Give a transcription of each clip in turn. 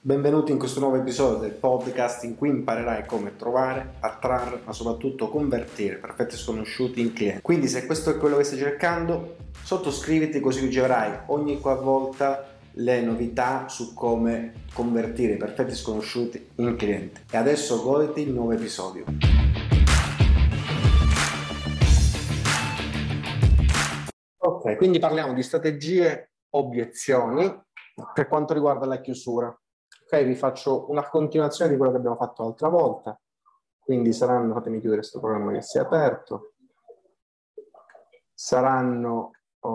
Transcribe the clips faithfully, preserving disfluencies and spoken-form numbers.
Benvenuti in questo nuovo episodio del podcast in cui imparerai come trovare, attrarre, ma soprattutto convertire perfetti sconosciuti in clienti. Quindi se questo è quello che stai cercando, sottoscriviti così riceverai ogni qualvolta le novità su come convertire i perfetti sconosciuti in clienti. E adesso goditi il nuovo episodio. Ok, quindi parliamo di strategie, obiezioni per quanto riguarda la chiusura. Ok, vi faccio una continuazione di quello che abbiamo fatto l'altra volta. Quindi saranno, fatemi chiudere questo programma che si è aperto. Saranno,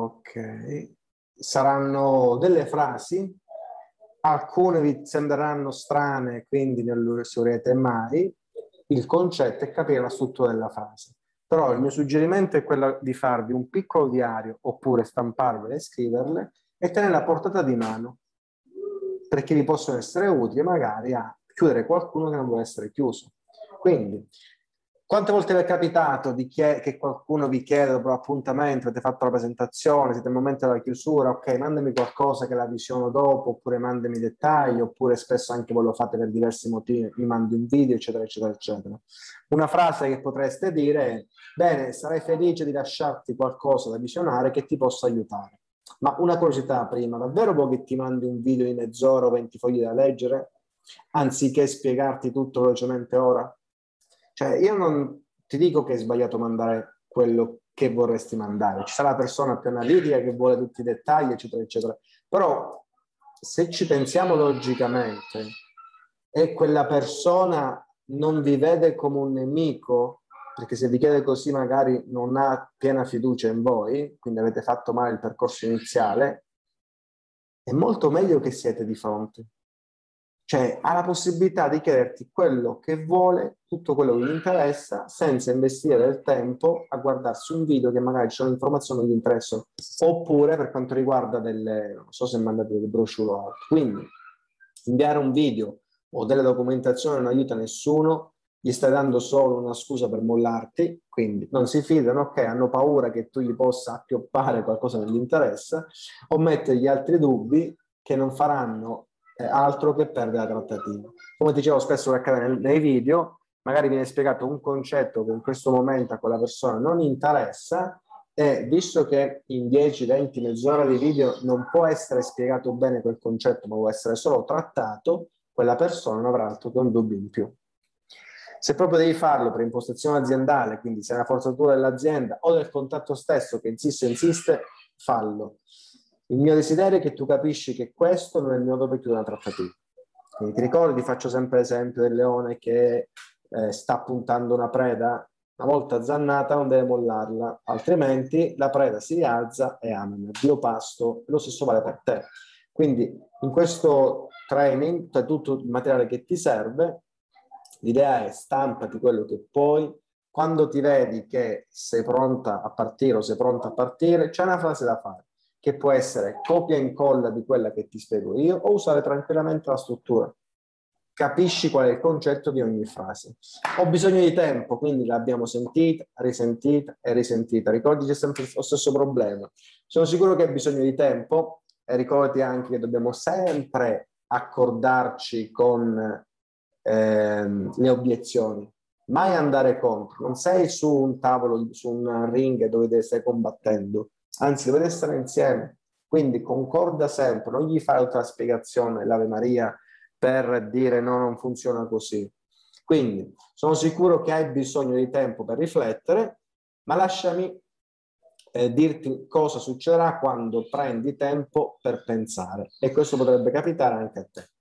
ok, saranno delle frasi, alcune vi sembreranno strane, quindi non le userete mai. Il concetto è capire la struttura della frase. Però il mio suggerimento è quello di farvi un piccolo diario oppure stamparvele e scriverle e tenerle a portata di mano, perché vi possono essere utili magari a chiudere qualcuno che non vuole essere chiuso. Quindi, quante volte vi è capitato di chie- che qualcuno vi chiede dopo l'appuntamento, avete fatto la presentazione, siete al momento della chiusura, ok, mandami qualcosa che la visiono dopo, oppure mandami i dettagli, oppure spesso anche voi lo fate per diversi motivi, mi mandi un video, eccetera, eccetera, eccetera. Una frase che potreste dire è: bene, sarei felice di lasciarti qualcosa da visionare che ti possa aiutare. Ma una curiosità prima, davvero vuoi che ti mandi un video di mezz'ora o venti fogli da leggere, anziché spiegarti tutto velocemente ora? Cioè, io non ti dico che è sbagliato mandare quello che vorresti mandare. Ci sarà la persona più analitica che vuole tutti i dettagli, eccetera, eccetera. Però, se ci pensiamo logicamente e quella persona non vi vede come un nemico, perché se vi chiede così magari non ha piena fiducia in voi, quindi avete fatto male il percorso iniziale, è molto meglio che siete di fronte. Cioè ha la possibilità di chiederti quello che vuole, tutto quello che gli interessa, senza investire del tempo a guardarsi un video che magari ci sono informazioni che gli interessano, oppure per quanto riguarda delle, non so se mandate delle brochure o altro. Quindi inviare un video o delle documentazioni non aiuta nessuno, gli stai dando solo una scusa per mollarti, quindi non si fidano, ok, hanno paura che tu gli possa appioppare qualcosa che gli interessa, o mettergli altri dubbi che non faranno eh, altro che perdere la trattativa. Come dicevo spesso che accade nei, nei video, magari viene spiegato un concetto che in questo momento a quella persona non interessa, e visto che in dieci, venti, mezz'ora di video non può essere spiegato bene quel concetto, ma può essere solo trattato, quella persona non avrà altro che un dubbio in più. Se proprio devi farlo per impostazione aziendale, quindi se è una forzatura dell'azienda o del contatto stesso che insiste, insiste, fallo. Il mio desiderio è che tu capisci che questo non è il modo per chiudere una trattativa. Quindi ti ricordi, faccio sempre l'esempio del leone che eh, sta puntando una preda, una volta azzannata non deve mollarla, altrimenti la preda si rialza e amen, Dio pasto, lo stesso vale per te. Quindi in questo training c'è tutto il materiale che ti serve, l'idea è stampati quello che puoi, quando ti vedi che sei pronta a partire o sei pronta a partire, c'è una frase da fare, che può essere copia e incolla di quella che ti spiego io o usare tranquillamente la struttura. Capisci qual è il concetto di ogni frase. Ho bisogno di tempo, quindi l'abbiamo sentita, risentita e risentita. Ricordi c'è sempre lo stesso problema. Sono sicuro che hai bisogno di tempo e ricordati anche che dobbiamo sempre accordarci con ehm, le obiezioni. Mai andare contro. Non sei su un tavolo, su un ring dove stai combattendo, anzi dovete stare insieme. Quindi concorda sempre, non gli fai altra spiegazione, l'Ave Maria, per dire no, non funziona così. Quindi sono sicuro che hai bisogno di tempo per riflettere, ma lasciami eh, dirti cosa succederà quando prendi tempo per pensare, e questo potrebbe capitare anche a te.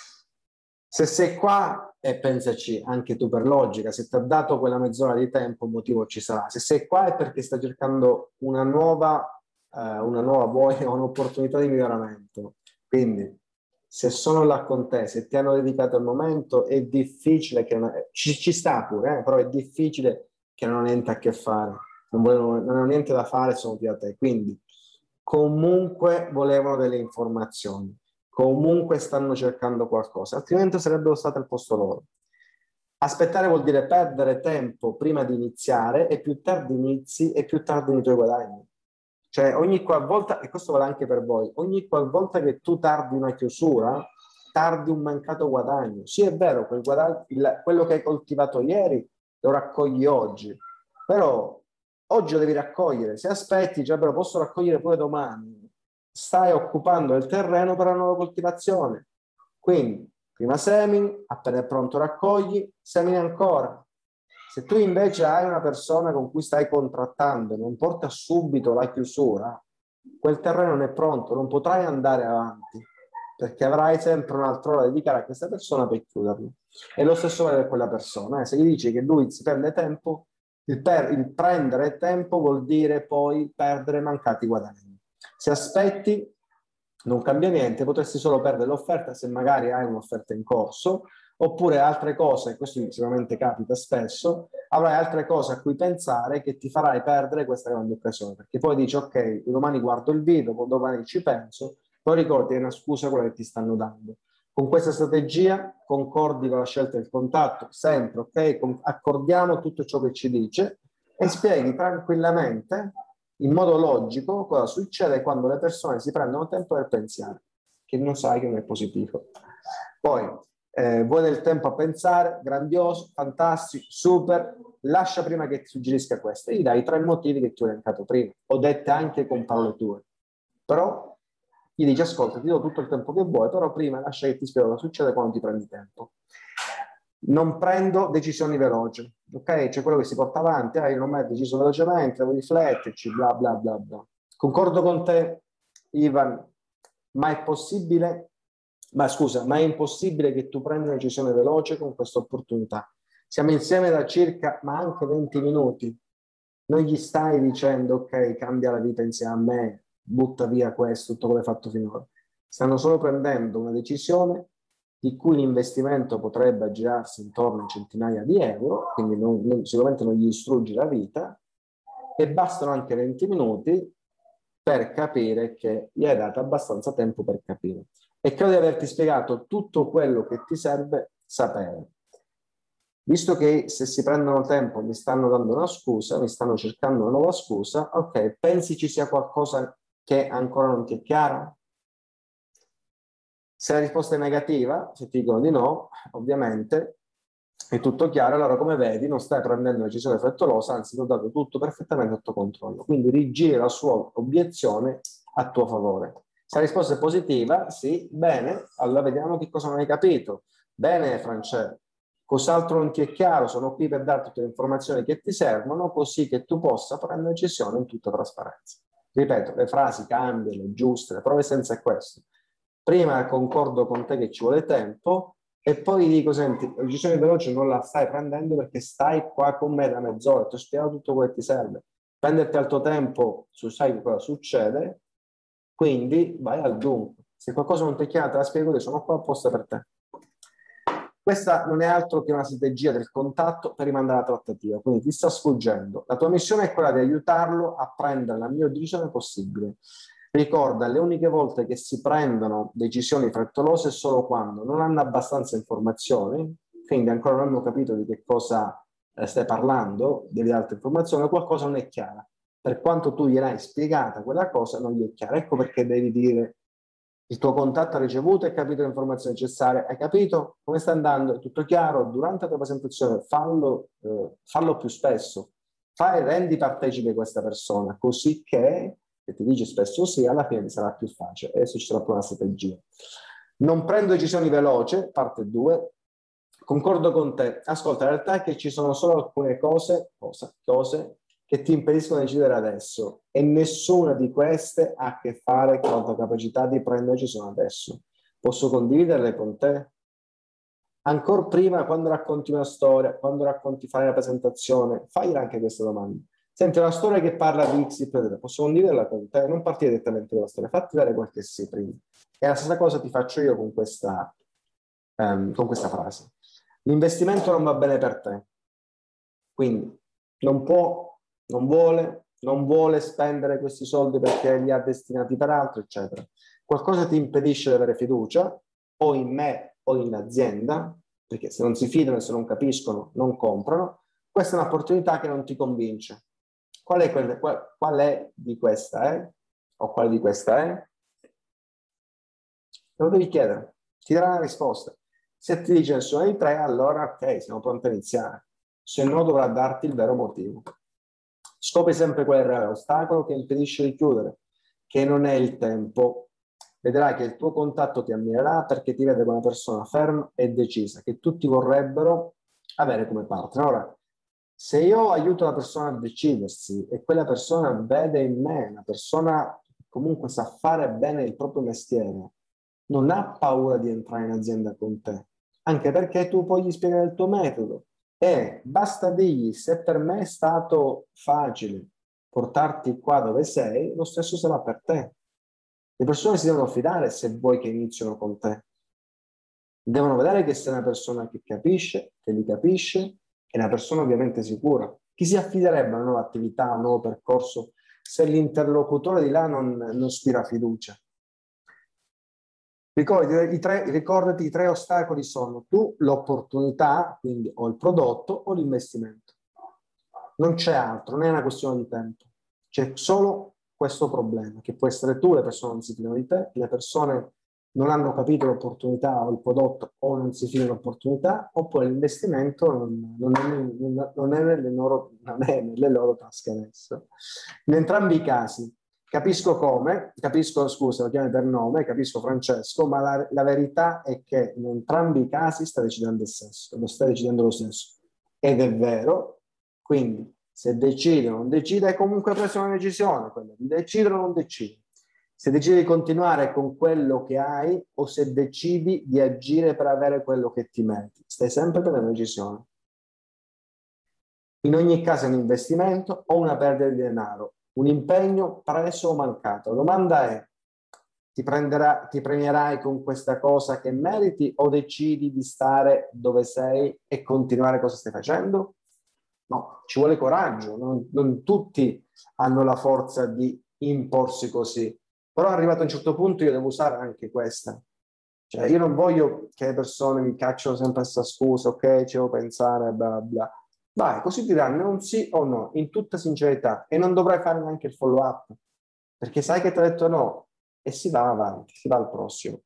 Se sei qua, e pensaci anche tu per logica, se ti ha dato quella mezz'ora di tempo, un motivo ci sarà. Se sei qua è perché stai cercando una nuova, eh, una nuova voglia, un'opportunità di miglioramento. Quindi, se sono là con te, se ti hanno dedicato il momento, è difficile che non, ci, ci sta pure, eh, però è difficile che non hai niente a che fare. Non, volevano, non hanno niente da fare, sono più a te. Quindi, comunque volevano delle informazioni. Comunque stanno cercando qualcosa, altrimenti sarebbero state al posto loro. Aspettare vuol dire perdere tempo prima di iniziare, e più tardi inizi e più tardi i tuoi guadagni. Cioè ogni qualvolta, e questo vale anche per voi, ogni qualvolta che tu tardi una chiusura, tardi un mancato guadagno. Sì, è vero, quel guadagno, il, quello che hai coltivato ieri lo raccogli oggi, però oggi lo devi raccogliere. Se aspetti, cioè, però posso raccogliere pure domani. Stai occupando il terreno per la nuova coltivazione. Quindi, prima semini, appena è pronto raccogli, semini ancora. Se tu invece hai una persona con cui stai contrattando e non porta subito la chiusura, quel terreno non è pronto, non potrai andare avanti, perché avrai sempre un'altra ora da dedicare a questa persona per chiuderlo. E lo stesso vale per quella persona. Eh. Se gli dici che lui si prende tempo, il, per, il prendere tempo vuol dire poi perdere mancati guadagni. Se aspetti, non cambia niente, potresti solo perdere l'offerta se magari hai un'offerta in corso, oppure altre cose, questo sicuramente capita spesso, avrai altre cose a cui pensare che ti farai perdere questa grande occasione, perché poi dici ok, domani guardo il video, poi domani ci penso, poi ricordi è una scusa quella che ti stanno dando. Con questa strategia concordi con la scelta del contatto, sempre, ok? Accordiamo tutto ciò che ci dice e spieghi tranquillamente, in modo logico, cosa succede quando le persone si prendono tempo per pensare, che non sai che non è positivo. Poi, eh, vuoi del tempo a pensare, grandioso, fantastico, super, lascia prima che ti suggerisca questo. Gli dai tre motivi che ti ho elencato prima, ho dette anche con parole tue. Però gli dici, ascolta, ti do tutto il tempo che vuoi, però prima lascia che ti spiego cosa succede quando ti prendi tempo. Non prendo decisioni veloci, ok? C'è quello che si porta avanti, ah, io non ho deciso velocemente, devo rifletterci, bla bla bla bla. Concordo con te, Ivan, ma è possibile, ma scusa, ma è impossibile che tu prenda una decisione veloce con questa opportunità. Siamo insieme da circa, ma anche venti minuti. Non gli stai dicendo, ok, cambia la vita insieme a me, butta via questo, tutto quello che hai fatto finora. Stanno solo prendendo una decisione di cui l'investimento potrebbe aggirarsi intorno a centinaia di euro, quindi non, non, sicuramente non gli distruggi la vita, e bastano anche venti minuti per capire che gli hai dato abbastanza tempo per capire. E credo di averti spiegato tutto quello che ti serve sapere. Visto che se si prendono tempo mi stanno dando una scusa, mi stanno cercando una nuova scusa, ok, pensi ci sia qualcosa che ancora non ti è chiaro? Se la risposta è negativa, se ti dicono di no, ovviamente è tutto chiaro, allora come vedi non stai prendendo una decisione frettolosa, anzi ti ho dato tutto perfettamente sotto controllo, quindi rigiri la sua obiezione a tuo favore. Se la risposta è positiva, sì, bene, allora vediamo che cosa non hai capito. Bene, Francesco, cos'altro non ti è chiaro? Sono qui per darti tutte le informazioni che ti servono, così che tu possa prendere una decisione in tutta trasparenza. Ripeto, le frasi cambiano, le giuste, le prove senza è questo. Prima concordo con te che ci vuole tempo e poi dico, senti, la decisione veloce non la stai prendendo perché stai qua con me da mezz'ora, ti ho spiegato tutto quello che ti serve. Prenderti al tuo tempo, su sai cosa succede, quindi vai al dunque. Se qualcosa non ti è chiaro, te la spiego, io sono qua apposta per te. Questa non è altro che una strategia del contatto per rimandare la trattativa, quindi ti sta sfuggendo. La tua missione è quella di aiutarlo a prendere la miglior decisione possibile. Ricorda, le uniche volte che si prendono decisioni frettolose è solo quando non hanno abbastanza informazioni, quindi ancora non hanno capito di che cosa eh, stai parlando, delle altre informazioni, o qualcosa non è chiara. Per quanto tu gliel'hai spiegata quella cosa, non gli è chiara. Ecco perché devi dire il tuo contatto ha ricevuto e capito le informazioni necessarie, hai capito come sta andando, è tutto chiaro, durante la tua presentazione fallo, eh, fallo più spesso, fai, rendi partecipe questa persona, così che, che ti dice spesso sì, alla fine ti sarà più facile. Adesso ci sarà poi una strategia. Non prendo decisioni veloci, parte due, concordo con te, ascolta, la realtà è che ci sono solo alcune cose, cose, cose che ti impediscono di decidere adesso e nessuna di queste ha a che fare con la tua capacità di prendere decisione adesso. Posso condividerle con te? Ancora prima, quando racconti una storia, quando racconti, fai la presentazione, fai anche queste domande. Senti, una storia che parla di X, Y, posso condividerla con te? Non partire direttamente con la storia, fatti dare qualche sì prima. E la stessa cosa ti faccio io con questa, um, con questa frase. L'investimento non va bene per te, quindi non può, non vuole, non vuole spendere questi soldi perché li ha destinati per altro, eccetera. Qualcosa ti impedisce di avere fiducia o in me o in azienda, perché se non si fidano e se non capiscono non comprano. Questa è un'opportunità che non ti convince. Qual è, quel, qual, qual è di questa, eh? O quale di questa è? Te lo devi chiedere. ti darà una risposta. Se ti dice nessuna di tre, allora ok, siamo pronti a iniziare. Se no dovrà darti il vero motivo. Scopri sempre qual è il reale ostacolo che impedisce di chiudere, che non è il tempo. Vedrai che il tuo contatto ti ammirerà perché ti vede come una persona ferma e decisa, che tutti vorrebbero avere come partner. Ora, se io aiuto la persona a decidersi e quella persona vede in me una persona che comunque sa fare bene il proprio mestiere, non ha paura di entrare in azienda con te, anche perché tu puoi gli spiegare il tuo metodo e basta dirgli: se per me è stato facile portarti qua dove sei, lo stesso sarà per te. Le persone si devono fidare se vuoi che iniziano con te. Devono vedere che sei una persona che capisce, che li capisce, e una persona ovviamente sicura. Chi si affiderebbe a una nuova attività, a un nuovo percorso, se l'interlocutore di là non, non ispira fiducia? Ricordati i, tre, ricordati, i tre ostacoli sono tu, l'opportunità, quindi o il prodotto o l'investimento. Non c'è altro, non è una questione di tempo. C'è solo questo problema, che può essere tu, le persone non si fidano di te, le persone non hanno capito l'opportunità o il prodotto o non si fidano l'opportunità, oppure l'investimento non, non, è, non, è nelle loro, non è nelle loro tasche adesso. In entrambi i casi, capisco come, capisco, scusa, lo chiami per nome, capisco Francesco, ma la, la verità è che in entrambi i casi sta decidendo il stesso, lo sta decidendo lo stesso. Ed è vero, quindi se decide o non decide, hai comunque preso una decisione, quella di decidere o non decidere. Se decidi di continuare con quello che hai o se decidi di agire per avere quello che ti meriti, stai sempre per una decisione. In ogni caso è un investimento o una perdita di denaro, un impegno preso o mancato. La domanda è: ti, prenderà, ti premierai con questa cosa che meriti o decidi di stare dove sei e continuare cosa stai facendo? No, ci vuole coraggio, non, non tutti hanno la forza di imporsi così. Però arrivato a un certo punto io devo usare anche questa. Cioè io non voglio che le persone mi cacciano sempre questa scusa, ok, ci devo pensare, bla bla. Vai, così diranno un sì o no, in tutta sincerità, e non dovrai fare neanche il follow up, perché sai che ti ha detto no e si va avanti, si va al prossimo.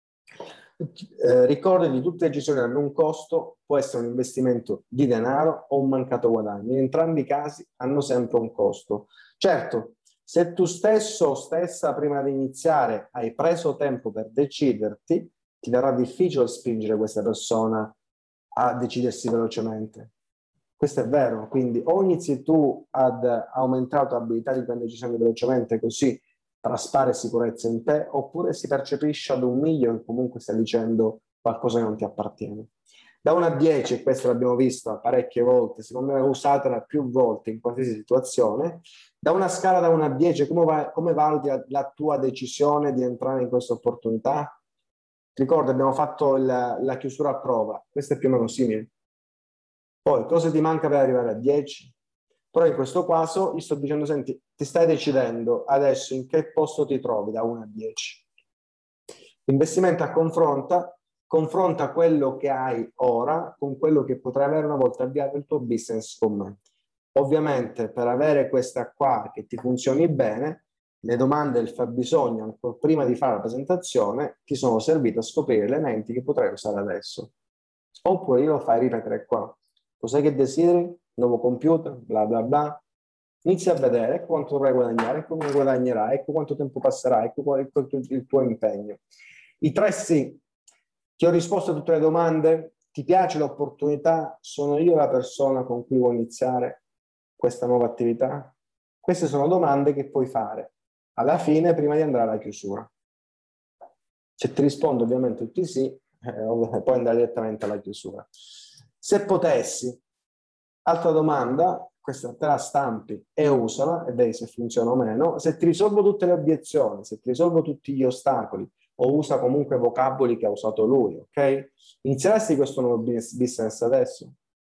Eh, ricordati, tutte le decisioni hanno un costo, può essere un investimento di denaro o un mancato guadagno. In entrambi i casi hanno sempre un costo. Certo, se tu stesso o stessa prima di iniziare hai preso tempo per deciderti, ti verrà difficile spingere questa persona a decidersi velocemente. Questo è vero, quindi o inizi tu ad aumentare la tua abilità di prendere decisioni velocemente, così traspare sicurezza in te, oppure si percepisce ad un miglio che comunque stai dicendo qualcosa che non ti appartiene. Da uno a dieci, e questo l'abbiamo visto parecchie volte, secondo me usatela più volte in qualsiasi situazione, da una scala da uno a dieci, come, va, come valuti la, la tua decisione di entrare in questa opportunità? Ricorda, abbiamo fatto il, la chiusura a prova, questo è più o meno simile. Poi, cosa ti manca per arrivare a dieci? Però in questo caso io sto dicendo: senti, ti stai decidendo adesso in che posto ti trovi da uno a dieci. L'investimento a confronta, confronta quello che hai ora con quello che potrai avere una volta avviato il tuo business con me. Ovviamente per avere questa qua che ti funzioni bene, le domande del fabbisogno ancora prima di fare la presentazione ti sono servite a scoprire elementi che potrai usare adesso. Oppure io lo fai ripetere qua. Cos'è che desideri? Nuovo computer, bla bla bla. Inizia a vedere, ecco quanto dovrai guadagnare, ecco come guadagnerai, ecco quanto tempo passerà, ecco qual è il tuo impegno. I tre sì. Ti ho risposto a tutte le domande? Ti piace l'opportunità? Sono io la persona con cui vuoi iniziare questa nuova attività? Queste sono domande che puoi fare alla fine prima di andare alla chiusura. Se ti rispondo ovviamente tutti sì, eh, puoi andare direttamente alla chiusura. Se potessi, altra domanda, questa te la stampi e usala e vedi se funziona o meno. Se ti risolvo tutte le obiezioni, se ti risolvo tutti gli ostacoli, o usa comunque vocaboli che ha usato lui, ok? Inizieresti questo nuovo business adesso?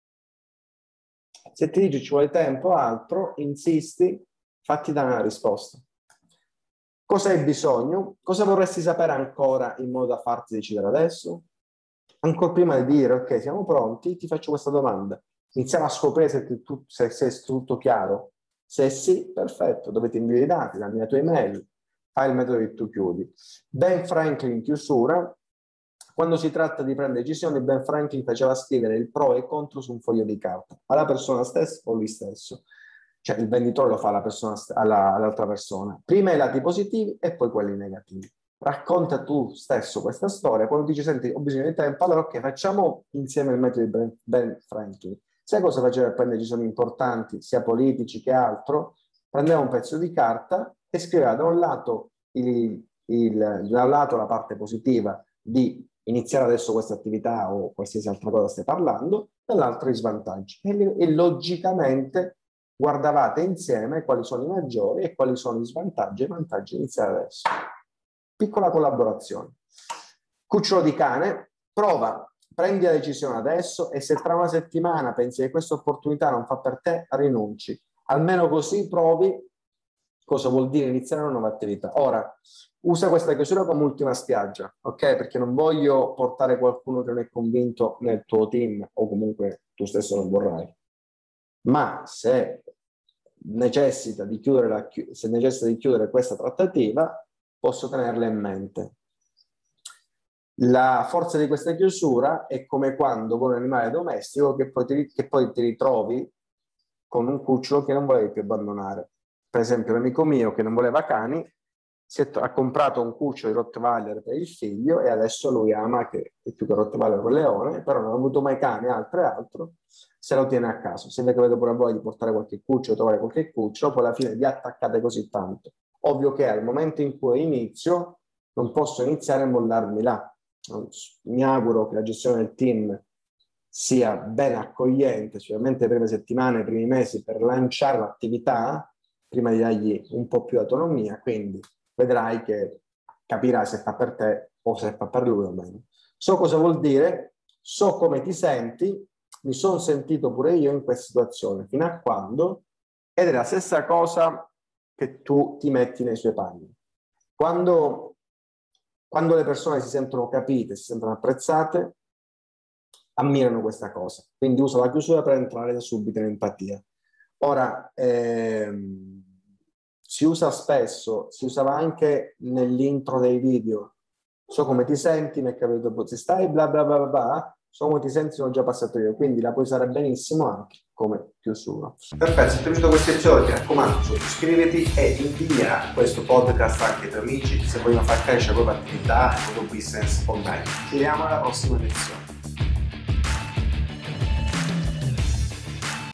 Se ti dice ci vuole tempo o altro, insisti, fatti dare una risposta. Cosa hai bisogno? Cosa vorresti sapere ancora in modo da farti decidere adesso? Ancora prima di dire ok, siamo pronti, ti faccio questa domanda. Iniziamo a scoprire se, tu, se, se è tutto chiaro. Se sì, perfetto, dove ti invio i dati, dammi la tua email, fai il metodo che tu chiudi. Ben Franklin in chiusura Quando si tratta di prendere decisioni, Ben Franklin faceva scrivere il pro e il contro su un foglio di carta, alla persona stessa o lui stesso. Cioè il venditore lo fa alla persona, alla, all'altra persona. Prima i lati positivi e poi quelli negativi. Racconta tu stesso questa storia. Quando dici, senti, ho bisogno di tempo, allora ok, facciamo insieme il metodo di Ben, Ben Franklin. Sai cosa faceva per prendere decisioni importanti, sia politici che altro? Prendeva un pezzo di carta e scriveva da un lato, il, il, da un lato la parte positiva di iniziare adesso questa attività o qualsiasi altra cosa stai parlando, dall'altro i svantaggi. E, e logicamente guardavate insieme quali sono i maggiori e quali sono i svantaggi e i vantaggi iniziare adesso. Piccola collaborazione. Cucciolo di cane, prova, prendi la decisione adesso e se tra una settimana pensi che questa opportunità non fa per te, rinunci. Almeno così provi cosa vuol dire iniziare una nuova attività. Ora, usa questa chiusura come ultima spiaggia, ok? Perché non voglio portare qualcuno che non è convinto nel tuo team o comunque tu stesso non vorrai. Ma se necessita di chiudere, la, se necessita di chiudere questa trattativa, posso tenerla in mente. La forza di questa chiusura è come quando con un animale domestico che poi ti, che poi ti ritrovi con un cucciolo che non volevi più abbandonare. Per esempio un amico mio che non voleva cani si è, ha comprato un cucciolo di Rottweiler per il figlio e adesso lui ama, che è più che Rottweiler con leone, però non ha avuto mai cani, altro e altro, se lo tiene a casa. Se avete pure voi di portare qualche cucciolo, trovare qualche cucciolo, poi alla fine vi attaccate così tanto. Ovvio che al momento in cui inizio non posso iniziare a mollarmi là. Mi auguro che la gestione del team sia ben accogliente, specialmente le prime settimane, i primi mesi, per lanciare l'attività, prima di dargli un po' più autonomia, quindi vedrai che capirai se fa per te o se fa per lui o meno. So cosa vuol dire, so come ti senti, mi sono sentito pure io in questa situazione, fino a quando, ed è la stessa cosa che tu ti metti nei suoi panni. Quando, quando le persone si sentono capite, si sentono apprezzate, ammirano questa cosa. Quindi uso la chiusura per entrare da subito in empatia. Ora, ehm, si usa spesso, si usava anche nell'intro dei video. So come ti senti, mi è capito, se stai bla bla bla bla, so come ti senti, sono già passato io, quindi la puoi usare benissimo anche come chiusura. Perfetto, se ti è piaciuto questo episodio, ti raccomando, iscriviti e invia questo podcast anche ai tuoi amici se vogliono far crescere la propria attività e il tuo business online. Ci vediamo alla prossima lezione.